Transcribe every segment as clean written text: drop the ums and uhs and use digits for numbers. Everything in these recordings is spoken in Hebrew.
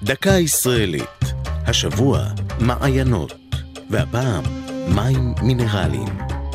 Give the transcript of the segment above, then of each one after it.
דקה ישראלית, השבוע מעיינות, והפעם מים מינרליים.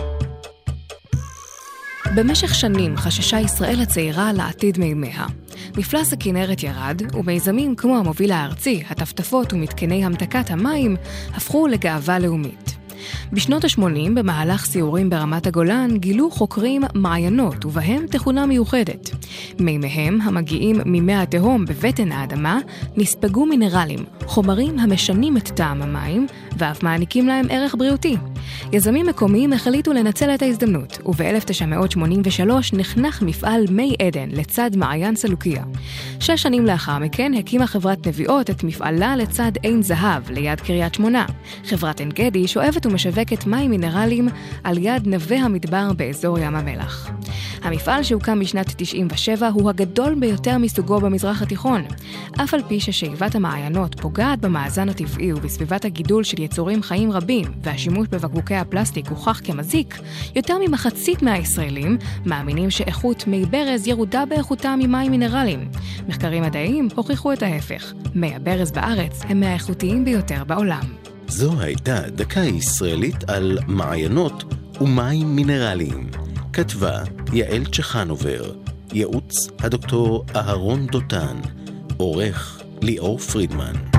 במשך שנים חששה ישראל הצעירה לעתיד מימיה. מפלס הכנרת ירד, ומיזמים כמו המוביל הארצי, הטפטפות ומתקני המתקת המים הפכו לגאווה לאומית. בשנות ה-80, במהלך סיורים ברמת הגולן, גילו חוקרים מעיינות, ובהם תכונה מיוחדת. מימיהם, המגיעים ממי התהום בבטן האדמה, נספגו מינרלים, חומרים המשנים את טעם המים, ואף מעניקים להם ערך בריאותי. יזמים מקומיים החליטו לנצל את ההזדמנות, וב-1983 נחנך מפעל מי עדן לצד מעיין סלוקיה. 6 שנים לאחר מכן הקימה חברת נביעות את מפעלה לצד עין זהב, ליד קריית שמונה. חברת עין גדי שואבת ומשווקת מים מינרליים על יד נווה המדבר באזור ים המלח. המפעל שהוקם בשנת 97 הוא הגדול ביותר מסוגו במזרח התיכון. אף על פי ששאיבת המעיינות פוגעת במאזן הטבעי ובסביבת הגידול של יצורים חיים רבים, והשימוש בבקבוקי הפלסטיק הוכח כמזיק, יותר ממחצית מהישראלים מאמינים שאיכות מי ברז ירודה באיכותם ממים מינרליים. מחקרים מדעיים הוכיחו את ההפך. מי הברז בארץ הם מהאיכותיים ביותר בעולם. זו הייתה דקה ישראלית על מעיינות ומים מינרליים. כתבה יעל צ'חנובר, ייעוץ הדוקטור אהרון דותן, עורך ליאור פרידמן.